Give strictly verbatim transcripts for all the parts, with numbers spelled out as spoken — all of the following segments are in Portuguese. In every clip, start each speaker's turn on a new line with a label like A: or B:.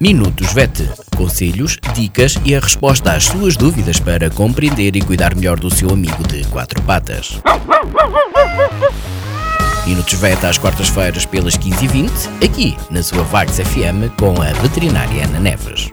A: Minutos V E T. Conselhos, dicas e a resposta às suas dúvidas para compreender e cuidar melhor do seu amigo de quatro patas. Minutos V E T às quartas-feiras pelas quinze e vinte, aqui na sua Vagos F M com a veterinária Ana Neves.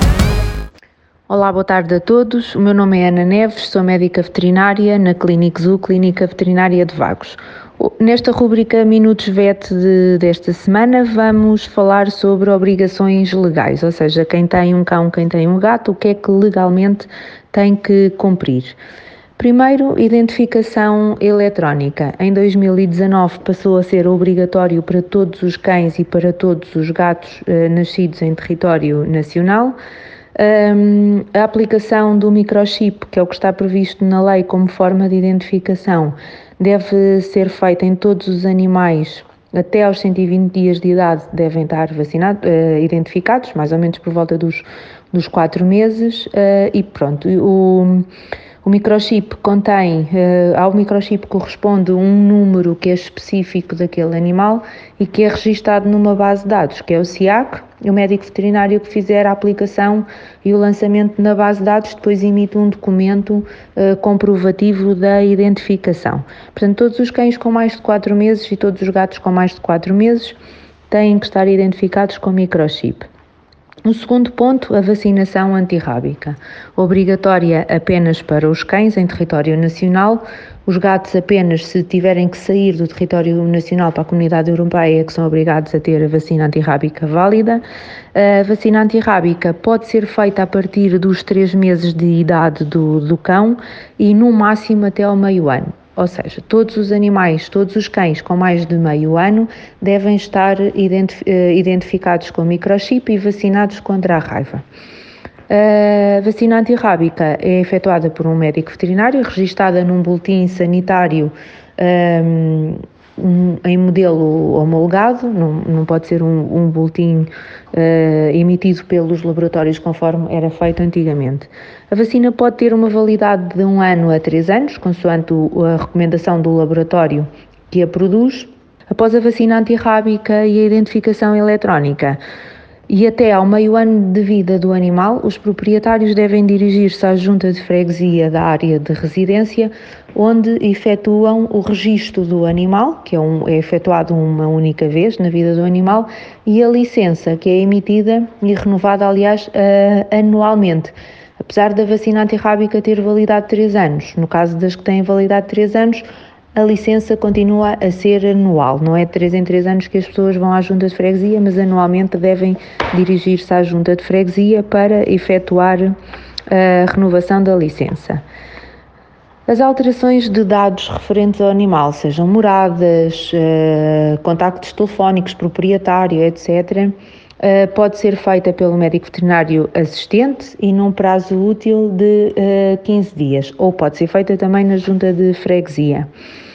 B: Olá, boa tarde a todos. O meu nome é Ana Neves, sou médica veterinária na Clínica Zoo, Clínica Veterinária de Vagos. Nesta rubrica Minutos V E T de, desta semana vamos falar sobre obrigações legais, ou seja, quem tem um cão, quem tem um gato, o que é que legalmente tem que cumprir. Primeiro, identificação eletrónica. Em dois mil e dezanove passou a ser obrigatório para todos os cães e para todos os gatos eh, nascidos em território nacional. Um, a aplicação do microchip, que é o que está previsto na lei como forma de identificação, deve ser feita em todos os animais até aos cento e vinte dias de idade, devem estar vacinados, uh, identificados, mais ou menos por volta dos, dos quatro meses, uh, e pronto. O, o microchip contém, uh, ao microchip corresponde um número que é específico daquele animal e que é registado numa base de dados, que é o C I A C. O médico veterinário que fizer a aplicação e o lançamento na base de dados depois emite um documento uh, comprovativo da identificação. Portanto, todos os cães com mais de quatro meses e todos os gatos com mais de quatro meses têm que estar identificados com microchip. O segundo ponto, a vacinação antirrábica, obrigatória apenas para os cães em território nacional, os gatos apenas se tiverem que sair do território nacional para a Comunidade Europeia que são obrigados a ter a vacina antirrábica válida. A vacina antirrábica pode ser feita a partir dos três meses de idade do, do cão e no máximo até ao meio ano. Ou seja, todos os animais, todos os cães com mais de meio ano devem estar identif- identificados com microchip e vacinados contra a raiva. A vacina antirrábica é efetuada por um médico veterinário, registada num boletim sanitário um, um, em modelo homologado, não, não pode ser um, um boletim uh, emitido pelos laboratórios conforme era feito antigamente. A vacina pode ter uma validade de um ano a três anos, consoante a recomendação do laboratório que a produz. Após a vacina antirrábica e a identificação eletrónica, e até ao meio ano de vida do animal, os proprietários devem dirigir-se à junta de freguesia da área de residência, onde efetuam o registro do animal, que é, um, é efetuado uma única vez na vida do animal, e a licença, que é emitida e renovada, aliás, uh, anualmente. Apesar da vacina antirrábica ter validade de três anos, no caso das que têm validade de três anos, a licença continua a ser anual, não é de três em três anos que as pessoas vão à junta de freguesia, mas anualmente devem dirigir-se à junta de freguesia para efetuar a renovação da licença. As alterações de dados referentes ao animal, sejam moradas, contactos telefónicos, proprietário, etcétera, pode ser feita pelo médico veterinário assistente e num prazo útil de quinze dias, ou pode ser feita também na junta de freguesia.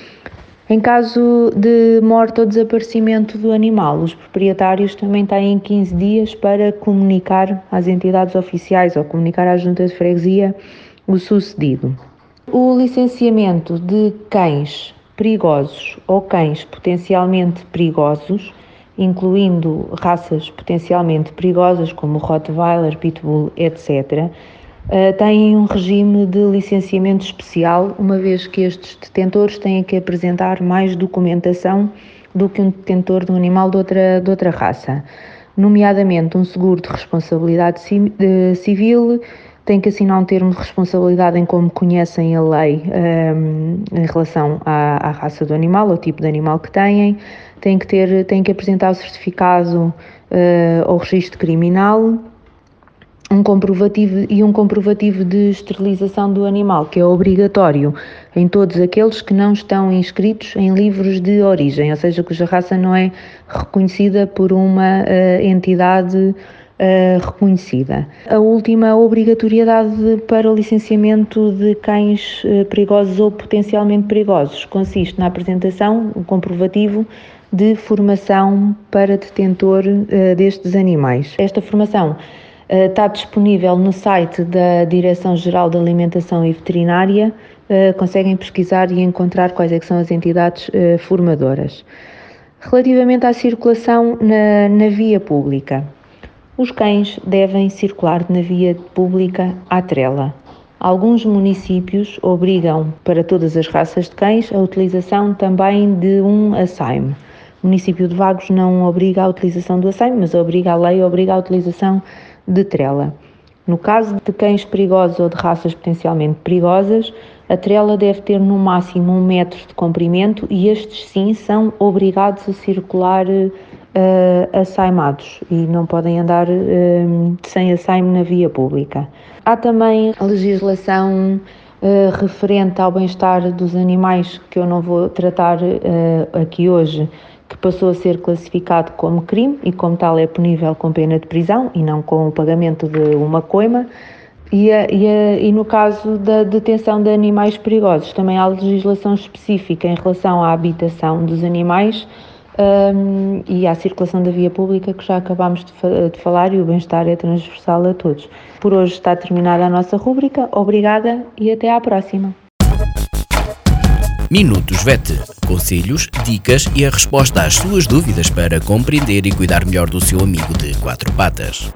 B: Em caso de morte ou desaparecimento do animal, os proprietários também têm quinze dias para comunicar às entidades oficiais ou comunicar à junta de freguesia o sucedido. O licenciamento de cães perigosos ou cães potencialmente perigosos, incluindo raças potencialmente perigosas como Rottweiler, Pitbull, etcétera, têm um regime de licenciamento especial, uma vez que estes detentores têm que apresentar mais documentação do que um detentor de um animal de outra, de outra raça, nomeadamente um seguro de responsabilidade civil, têm que assinar um termo de responsabilidade em como conhecem a lei um, em relação à, à raça do animal, ao tipo de animal que têm, têm que, ter, têm que apresentar o certificado uh, ao registro criminal, um comprovativo e um comprovativo de esterilização do animal, que é obrigatório em todos aqueles que não estão inscritos em livros de origem, ou seja, cuja raça não é reconhecida por uma uh, entidade Uh, reconhecida. A última obrigatoriedade para o licenciamento de cães uh, perigosos ou potencialmente perigosos consiste na apresentação, um comprovativo de formação para detentor uh, destes animais. Esta formação uh, está disponível no site da Direção-Geral de Alimentação e Veterinária, uh, conseguem pesquisar e encontrar quais é que são as entidades uh, formadoras. Relativamente à circulação na, na via pública, Os cães devem circular na via pública à trela. Alguns municípios obrigam, para todas as raças de cães, a utilização também de um açaime. O município de Vagos não obriga a utilização do açaime, mas obriga a lei, obriga a utilização de trela. No caso de cães perigosos ou de raças potencialmente perigosas, a trela deve ter no máximo um metro de comprimento e estes sim são obrigados a circular uh, açaimados e não podem andar uh, sem açaime na via pública. Há também a legislação uh, referente ao bem-estar dos animais, que eu não vou tratar uh, aqui hoje, que passou a ser classificado como crime e como tal é punível com pena de prisão e não com o pagamento de uma coima. E, a, e, a, e no caso da detenção de animais perigosos, também há legislação específica em relação à habitação dos animais um, e à circulação da via pública, que já acabámos de, fa- de falar, e o bem-estar é transversal a todos. Por hoje está terminada a nossa rúbrica. Obrigada e até à próxima.
A: Minutos V E T. Conselhos, dicas e a resposta às suas dúvidas para compreender e cuidar melhor do seu amigo de quatro patas.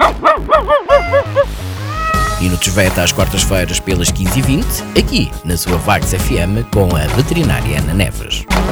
A: Minutos V E T às quartas-feiras pelas quinze e vinte, aqui na sua Vagos F M com a veterinária Ana Neves.